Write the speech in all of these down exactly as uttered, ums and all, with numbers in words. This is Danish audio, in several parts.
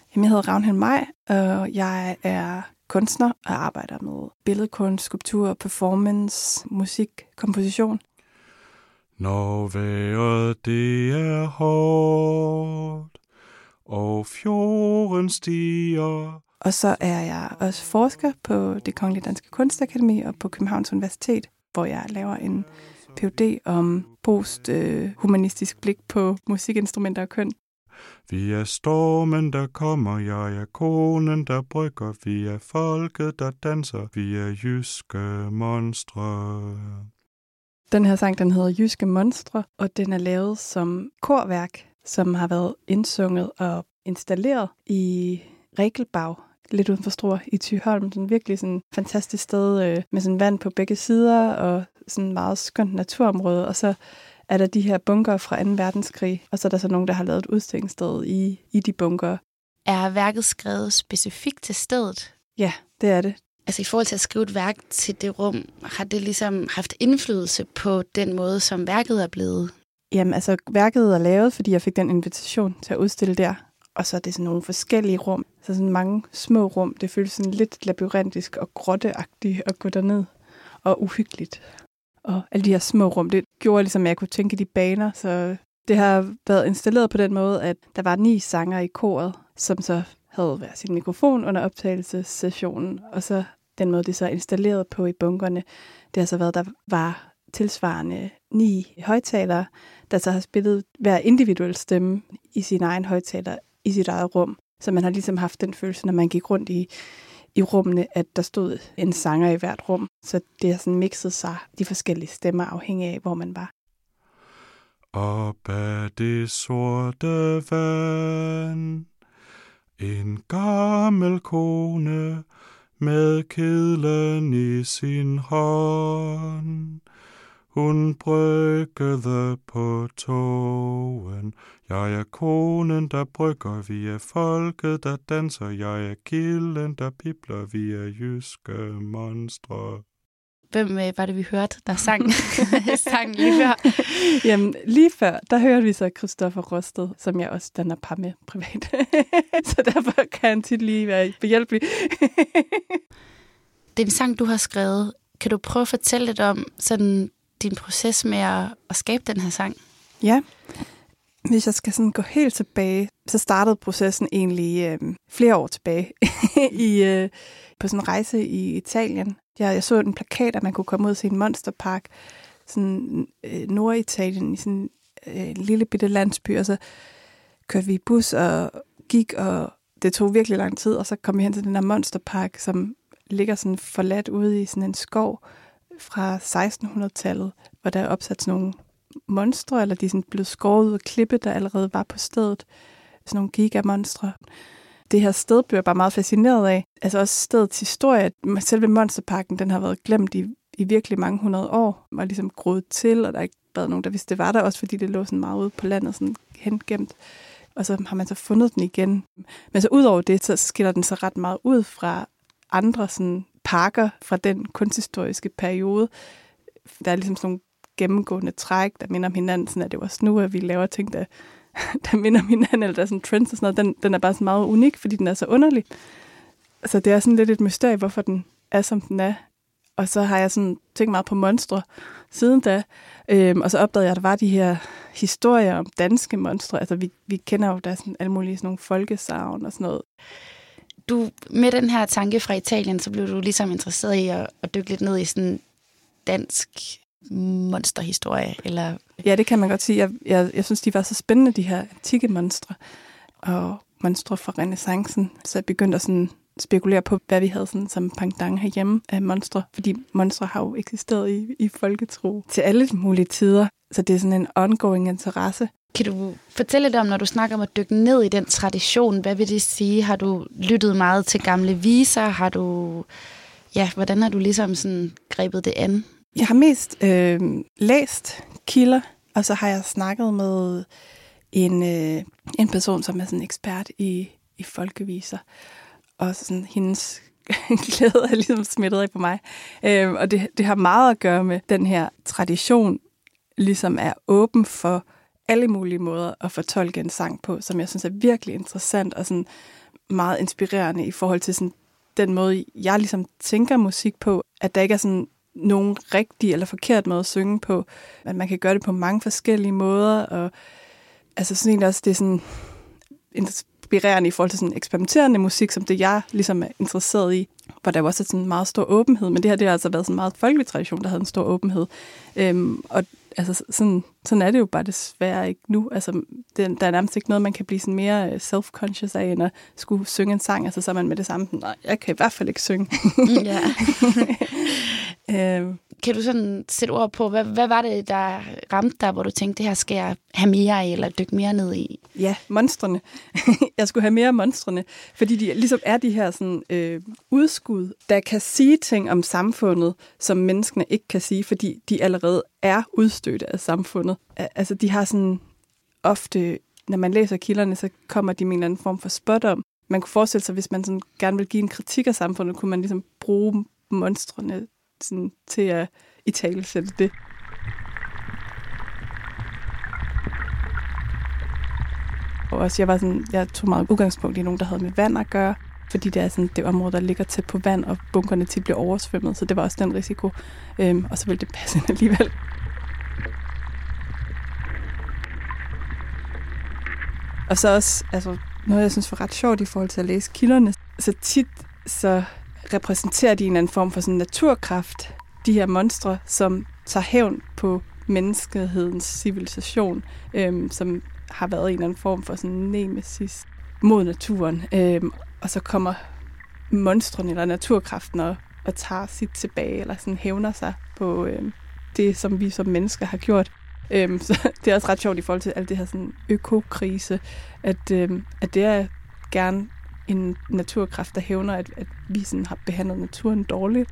Jamen, jeg hedder Ragnhild Maj, og jeg er kunstner og arbejder med billedkunst, skulptur, performance, musik, komposition. Når vejret det er hårdt, og fjorden stiger. Og så er jeg også forsker på Det Kongelige Danske Kunstakademi og på Københavns Universitet, hvor jeg laver en P H D om post-humanistisk blik på musikinstrumenter og køn. Vi er stormen, der kommer, jeg er konen, der brygger. Vi er folket, der danser, vi er jyske monstre. Den her sang, den hedder Jyske Monstre, og den er lavet som korværk, som har været indsunget og installeret i Regelbag, lidt uden for Struer i Thyholm. Sådan virkelig sådan et fantastisk sted øh, med sådan vand på begge sider og sådan meget skønt naturområde. Og så er der de her bunker fra anden verdenskrig, og så er der så nogen, der har lavet et udstillingssted i, i de bunker. Er værket skrevet specifikt til stedet? Ja, det er det. Altså i forhold til at skrive et værk til det rum, har det ligesom haft indflydelse på den måde, som værket er blevet? Jamen altså, værket er lavet, fordi jeg fik den invitation til at udstille der. Og så er det sådan nogle forskellige rum. Så sådan mange små rum. Det føles sådan lidt labyrintisk og grotteagtigt at gå derned. Og uhyggeligt. Og alle de her små rum, det gjorde ligesom, at jeg kunne tænke de baner. Så det har været installeret på den måde, at der var ni sanger i koret, som så havde hver sin mikrofon under optagelsessessionen. Og så den måde, det så er installeret på i bunkerne, det har så været, der var tilsvarende ni højtalere, der så har spillet hver individuel stemme i sin egen højtaler i sit eget rum. Så man har ligesom haft den følelse, når man gik rundt i, i rummene, at der stod en sanger i hvert rum. Så det har sådan mixet sig, de forskellige stemmer, afhængig af, hvor man var. Op ad det sorte vand, en gammel kone med kedlen i sin hånd. Hun bryggede på togen. Jeg er konen, der brygger. Vi er folket, der danser. Jeg er kilden, der pibler. Vi er jyske monstre. Hvem øh, var det, vi hørte, der sang, sang lige før? Jamen, lige før, der hørte vi så Christoffer Rosted, som jeg også danner par med privat. Så derfor kan han tit lige være behjælpelig. Det er en sang, du har skrevet. Kan du prøve at fortælle lidt om sådan din proces med at, at skabe den her sang? Ja. Hvis jeg skal sådan gå helt tilbage, så startede processen egentlig øh, flere år tilbage i, øh, på sådan en rejse i Italien. Jeg, jeg så en plakat, at man kunne komme ud og se en monsterpark, sådan øh, Norditalien, i sådan øh, en lille bitte landsby, og så kørte vi i bus og gik, og det tog virkelig lang tid, og så kom vi hen til den der monsterpark, som ligger sådan forladt ude i sådan en skov fra sekstenhundredetallet, hvor der er opsat sådan nogle monstre, eller de er sådan blevet skåret ud af klippe, der allerede var på stedet. Sådan nogle gigamonstre. Det her sted blev jeg bare meget fascineret af. Altså også stedets historie. Selve monsterparken, den har været glemt i, i virkelig mange hundrede år. Den var ligesom groet til, og der har ikke været nogen, der vidste, det var der. Også fordi det lå sådan meget ude på landet, sådan hengemt. Og så har man så fundet den igen. Men så udover det, så skiller den så ret meget ud fra andre sådan parker fra den kunsthistoriske periode. Der er ligesom sådan nogle gennemgående træk, der minder om hinanden, sådan at det var også nu, at vi laver ting, der, der minder om hinanden, eller der er sådan trends og sådan noget. Den, den er bare sådan meget unik, fordi den er så underlig. Så det er sådan lidt et mysterie, hvorfor den er, som den er. Og så har jeg sådan tænkt meget på monstre siden da. Øhm, og så opdagede jeg, at der var de her historier om danske monstre. Altså vi, vi kender jo, der er sådan alle mulige sådan nogle folkesagn og sådan noget. Du, med den her tanke fra Italien, så blev du ligesom interesseret i at, at dykke lidt ned i sådan dansk monsterhistorie, eller? Ja, det kan man godt sige. Jeg, jeg, jeg synes, de var så spændende, de her antikke monstre, og monstre fra renæssancen. Så jeg begyndte at sådan spekulere på, hvad vi havde sådan som pendant herhjemme af monstre, fordi monstre har jo eksisteret i, i folketro til alle mulige tider. Så det er sådan en ongoing interesse. Kan du fortælle lidt om, når du snakker om at dykke ned i den tradition, hvad vil det sige? Har du lyttet meget til gamle viser? Har du, ja, hvordan har du ligesom sådan grebet det an? Jeg har mest øh, læst kilder, og så har jeg snakket med en, øh, en person, som er sådan en ekspert i, i folkeviser. Og sådan hendes glæde er ligesom smittet af på mig. Øh, og det, det har meget at gøre med den her tradition, ligesom er åben for alle mulige måder at fortolke en sang på, som jeg synes er virkelig interessant og sådan meget inspirerende i forhold til sådan den måde, jeg ligesom tænker musik på, at der ikke er sådan nogen rigtig eller forkert måde at synge på, at man kan gøre det på mange forskellige måder, og altså sådan egentlig også, det er sådan inspirerende i forhold til sådan eksperimenterende musik, som det jeg ligesom er interesseret i, hvor der også er sådan en meget stor åbenhed, men det her, det har altså været sådan en meget folkelig tradition, der havde en stor åbenhed, øhm, og altså sådan, sådan er det jo bare desværre ikke nu, altså det, der er nærmest ikke noget, man kan blive sådan mere self-conscious af, end at skulle synge en sang, altså så er man med det samme, nej, jeg kan i hvert fald ikke synge. Ja. øhm. Kan du sådan sætte ord på, hvad, hvad var det, der ramte dig, hvor du tænkte, det her skal jeg have mere af, eller dykke mere ned i? Ja, monstrene. Jeg skulle have mere af monstrene, fordi de ligesom er de her sådan, øh, udskud, der kan sige ting om samfundet, som menneskene ikke kan sige, fordi de allerede er udstødte af samfundet. Altså, de har sådan ofte, når man læser kilderne, så kommer de med en eller anden form for spot om. Man kunne forestille sig, hvis man sådan gerne vil give en kritik af samfundet, kunne man ligesom bruge monstrene sådan, til at italesætte det. Og også, jeg, var sådan, jeg tog meget udgangspunkt i nogen, der havde med vand at gøre, fordi det er sådan det område, der ligger tæt på vand, og bunkerne til bliver oversvømmet, så det var også den risiko. Øhm, og så ville det passe ind alligevel. Og så også, altså, noget jeg synes var ret sjovt i forhold til at læse kilderne, så tit så repræsenterer de en anden form for sådan naturkraft, de her monstre, som tager hævn på menneskehedens civilisation, øhm, som har været en eller anden form for sådan nemesis mod naturen. Øhm, og så kommer monstrene eller naturkraften og, og tager sit tilbage, eller sådan hævner sig på øhm, det, som vi som mennesker har gjort. Øhm, så det er også ret sjovt i forhold til alt det her sådan økokrise, at, øhm, at det er gerne en naturkraft, der hævner, at, at vi sådan har behandlet naturen dårligt.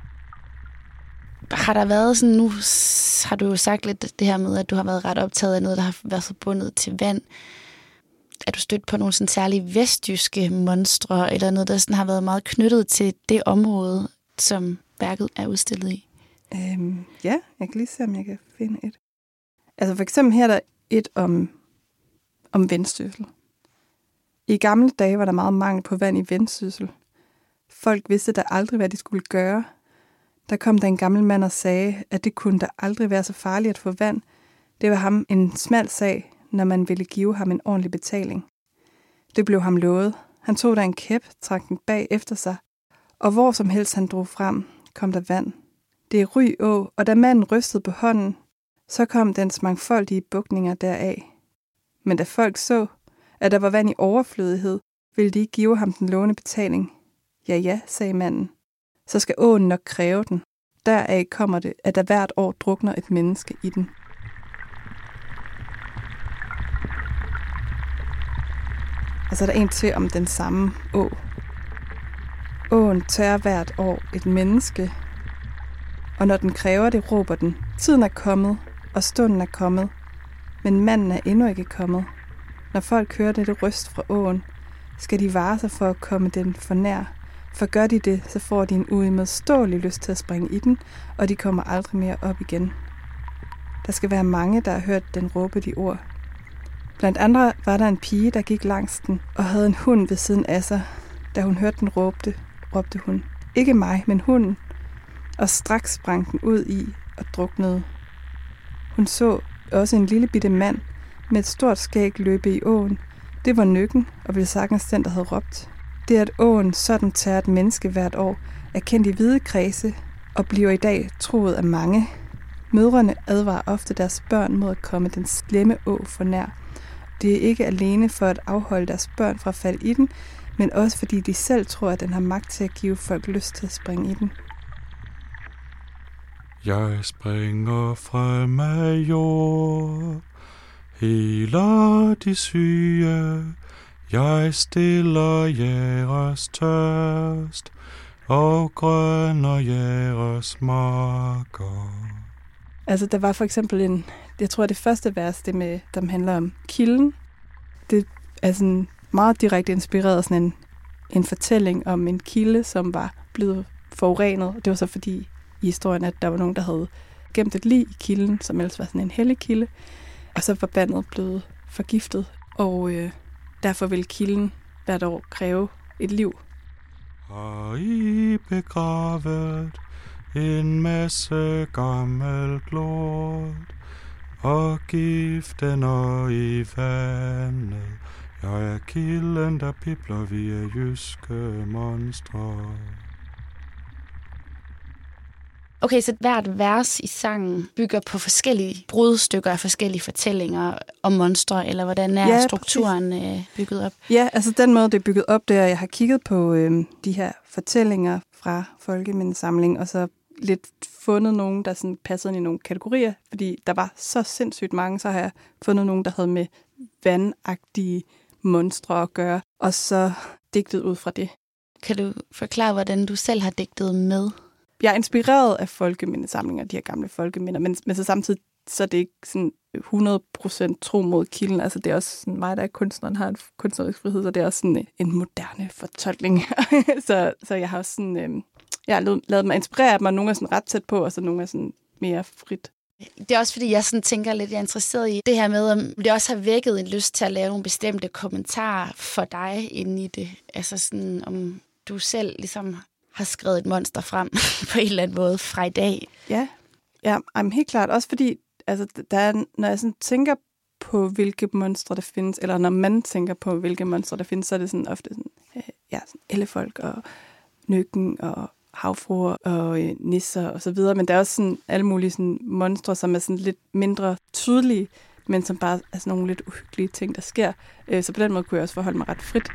Har der været sådan, nu har du jo sagt lidt det her med, at du har været ret optaget af noget, der har været forbundet til vand. Er du stødt på nogle sådan særlige vestjyske monstre, eller noget, der sådan har været meget knyttet til det område, som værket er udstillet i? Øhm, ja, jeg kan lige se, om jeg kan finde et. Altså for eksempel her er der et om, om Vendsyssel. I gamle dage var der meget mangel på vand i Vendsyssel. Folk vidste da aldrig, hvad de skulle gøre. Der kom der en gammel mand og sagde, at det kunne da aldrig være så farligt at få vand. Det var ham en smal sag, når man ville give ham en ordentlig betaling. Det blev ham lovet. Han tog der en kæp, trak den bag efter sig, og hvor som helst han drog frem, kom der vand. Det er Ry Å, og da manden rystede på hånden, så kom dens mangfoldige bugninger deraf. Men da folk så, at der var vand i overflødighed, ville de ikke give ham den låne betaling. Ja, ja, sagde manden. Så skal åen nok kræve den. Deraf kommer det, at der hvert år drukner et menneske i den. Og så er der en til om den samme å. Åen tør hvert år et menneske, og når den kræver det, råber den, tiden er kommet, og stunden er kommet, men manden er endnu ikke kommet. Når folk hører dette ryst fra åen, skal de vare sig for at komme den for nær, for gør de det, så får de en uimodståelig lyst til at springe i den, og de kommer aldrig mere op igen. Der skal være mange, der har hørt den råbe de ord. Blandt andre var der en pige, der gik langs den, og havde en hund ved siden af sig. Da hun hørte den råbte, råbte hun, ikke mig, men hunden, og straks sprang den ud i og druknede. Hun så også en lille bitte mand med et stort skæg løbe i åen. Det var Nykken, og ville sagtens den, der havde råbt. Det, at åen sådan tager et menneske hvert år, er kendt i hvide kredse og bliver i dag troet af mange. Mødrene advarer ofte deres børn mod at komme den slemme å for nær. Det er ikke alene for at afholde deres børn fra at falde i den, men også fordi de selv tror, at den har magt til at give folk lyst til at springe i den. Jeg springer frem af jord, heler de syge. Jeg stiller jeres tørst og grønner jeres marker. Altså, der var for eksempel en, jeg tror, det første vers, det med, der handler om kilden. Det er sådan meget direkte inspireret af sådan en, en fortælling om en kilde, som var blevet forurenet. Det var så fordi i historien, at der var nogen, der havde gemt et lig i kilden, som ellers var sådan en hellig kilde. Og så var vandet blevet forgiftet, og øh, derfor ville kilden hvert år kræve et liv. Har I begravet en masse gammel lort, og giften og i vandet? Jeg er kilden, der pibler, vi er jyske monstre. Okay, så hvert vers i sangen bygger på forskellige brudstykker af forskellige fortællinger om monstre, eller hvordan er ja, strukturen præcis. bygget op? Ja, altså den måde, det er bygget op, det er, at jeg har kigget på øh, de her fortællinger fra Folkemindesamling, og så lidt fundet nogen, der sådan passede ind i nogle kategorier, fordi der var så sindssygt mange, så har jeg fundet nogen, der havde med vandagtige monstre at gøre, og så digtet ud fra det. Kan du forklare, hvordan du selv har digtet med? Jeg er inspireret af folkemindesamlinger, de her gamle folkeminder, men, men så samtidig så er det ikke sådan hundrede procent tro mod kilden. Altså det er også sådan, mig, der er kunstneren, har en kunstnerisk frihed, så det er også sådan en moderne fortolkning. så, så jeg har også sådan, øh, jeg har lavet mig inspirere af dem, og nogle er sådan ret tæt på, og så nogle er sådan mere frit. Det er også fordi, jeg sådan tænker lidt, jeg er interesseret i det her med, om det også har vækket en lyst til at lave nogle bestemte kommentarer for dig inde i det. Altså sådan, om du selv ligesom har skrevet et monster frem på en eller anden måde fra i dag. Ja, ja I'm helt klart. Også fordi, altså, der er, når jeg sådan tænker på, hvilke monstre der findes, eller når man tænker på, hvilke monstre der findes, så er det sådan ofte sådan, øh, ja, sådan ellefolk og nøkken og havfruer og øh, nisser og så videre. Men der er også sådan alle mulige sådan monstre, som er sådan lidt mindre tydelige, men som bare er sådan nogle lidt uhyggelige ting, der sker. Øh, så på den måde kunne jeg også forholde mig ret frit.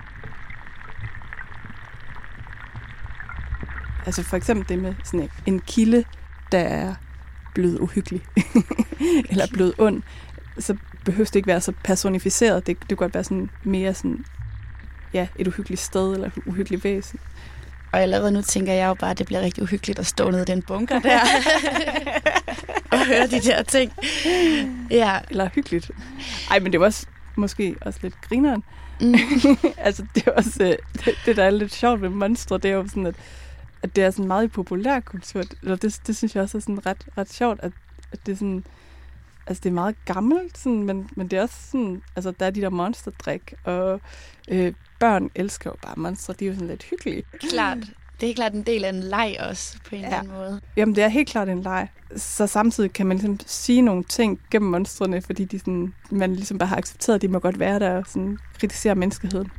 Altså for eksempel det med sådan en kilde, der er blevet uhyggelig, eller blevet ond, så behøver det ikke være så personificeret. Det, det kunne godt være sådan mere sådan, ja, et uhyggeligt sted, eller et uhyggeligt væsen. Og allerede nu tænker jeg jo bare, at det bliver rigtig uhyggeligt at stå nede i den bunker der, og høre de der ting. Ja. Eller hyggeligt. Ej, men det var også, måske også lidt grineren. Mm. altså, det er også, det, det, der er lidt sjovt ved monstre, det er jo sådan, at at det er sådan meget i populærkultur. Eller det, det synes jeg også er sådan ret, ret sjovt, at, at det er sådan, altså det er meget gammelt, sådan, men, men det er også sådan, altså der er de der monsterdrik, og øh, børn elsker jo bare monstre, de er jo sådan lidt hyggelige. Klart. Det er helt klart en del af en leg også, på en ja. eller anden måde. Jamen, det er helt klart en leg. Så samtidig kan man ligesom sige nogle ting gennem monstrene, fordi de sådan, man ligesom bare har accepteret, at de må godt være der og sådan kritisere menneskeheden.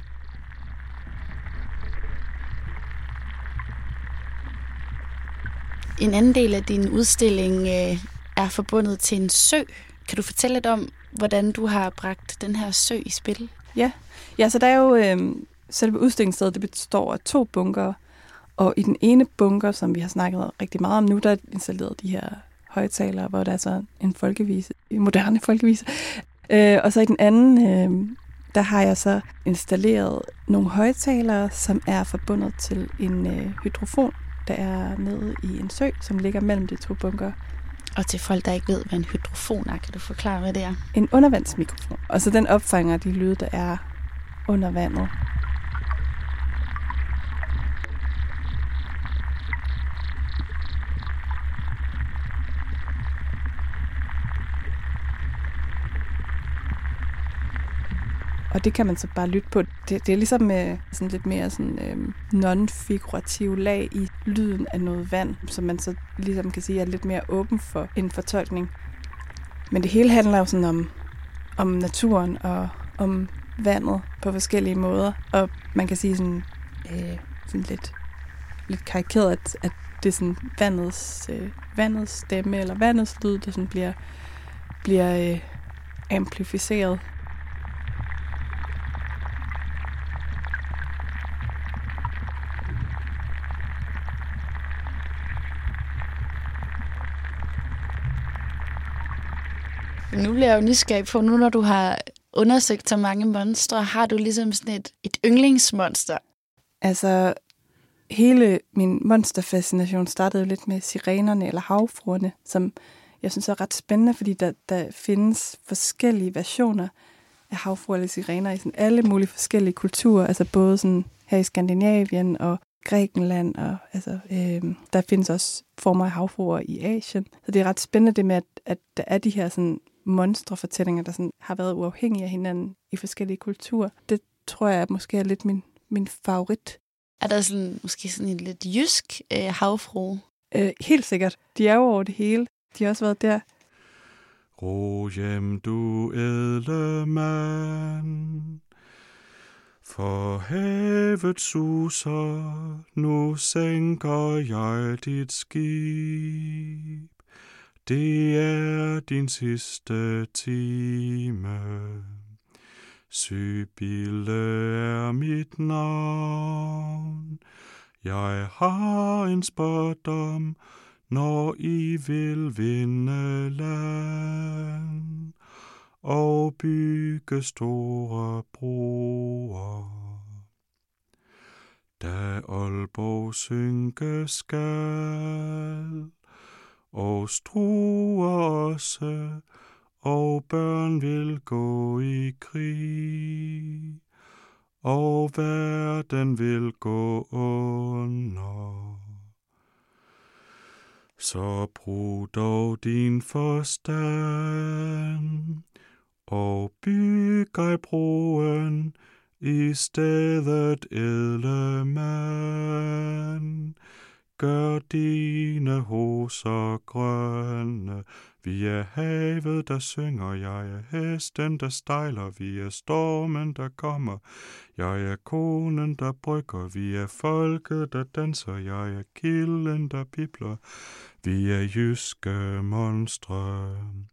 En anden del af din udstilling øh, er forbundet til en sø. Kan du fortælle lidt om, hvordan du har bragt den her sø i spil? Ja, ja så der er jo øh, selve udstillingsstedet, det består af to bunker, og i den ene bunker, som vi har snakket rigtig meget om nu, der er installeret de her højtalere, hvor der er så en folkevise, en moderne folkevise. Øh, og så i den anden, øh, der har jeg så installeret nogle højtalere, som er forbundet til en øh, hydrofon, der er nede i en sø, som ligger mellem de to bunker. Og til folk, der ikke ved, hvad en hydrofon er, kan du forklare, hvad det er? En undervandsmikrofon. Og så den opfanger de lyde, der er under vandet. Og det kan man så bare lytte på. Det, det er ligesom øh, sådan lidt mere sådan, øh, non-figurativ lag i lyden af noget vand, som man så ligesom kan sige er lidt mere åben for en fortolkning. Men det hele handler jo sådan om, om naturen og om vandet på forskellige måder. Og man kan sige sådan, øh, sådan lidt, lidt karikeret, at, at det er sådan vandets, øh, vandets stemme eller vandets lyd, der sådan bliver, bliver øh, amplificeret. Nu bliver jeg jo nysgerrig på, nu når du har undersøgt så mange monstre, har du ligesom sådan et, et yndlingsmonster? Altså, hele min monsterfascination startede jo lidt med sirenerne eller havfruerne, som jeg synes er ret spændende, fordi der, der findes forskellige versioner af havfruer eller sirener i sådan alle mulige forskellige kulturer, altså både sådan her i Skandinavien og Grækenland, og altså, øh, der findes også former af havfruer i Asien. Så det er ret spændende det med, at, at der er de her sådan monstrefortællinger, der sådan har været uafhængige af hinanden i forskellige kulturer. Det tror jeg måske er lidt min, min favorit. Er der sådan, måske sådan en lidt jysk øh, havfrue? Øh, helt sikkert. De er jo over det hele. De har også været der. Ro hjem, du ædle mand, for havet suser, nu sænker jeg dit skib. Det er din sidste time. Sybille er mit navn. Jeg har en spådom, når I vil vinde land og bygge store broer. Da Aalborg synke skal, og Struer også, og børn vil gå i krig, og verden vil gå under. Så brug dog din forstand, og byg ej broen i stedet, ædle mand. Gør dine hoser grønne, vi er havet, der synger, jeg er hesten, der stejler, vi er stormen, der kommer, jeg er konen, der brygger, vi er folket, der danser, jeg er kilden, der bibler, vi er jyske monstre.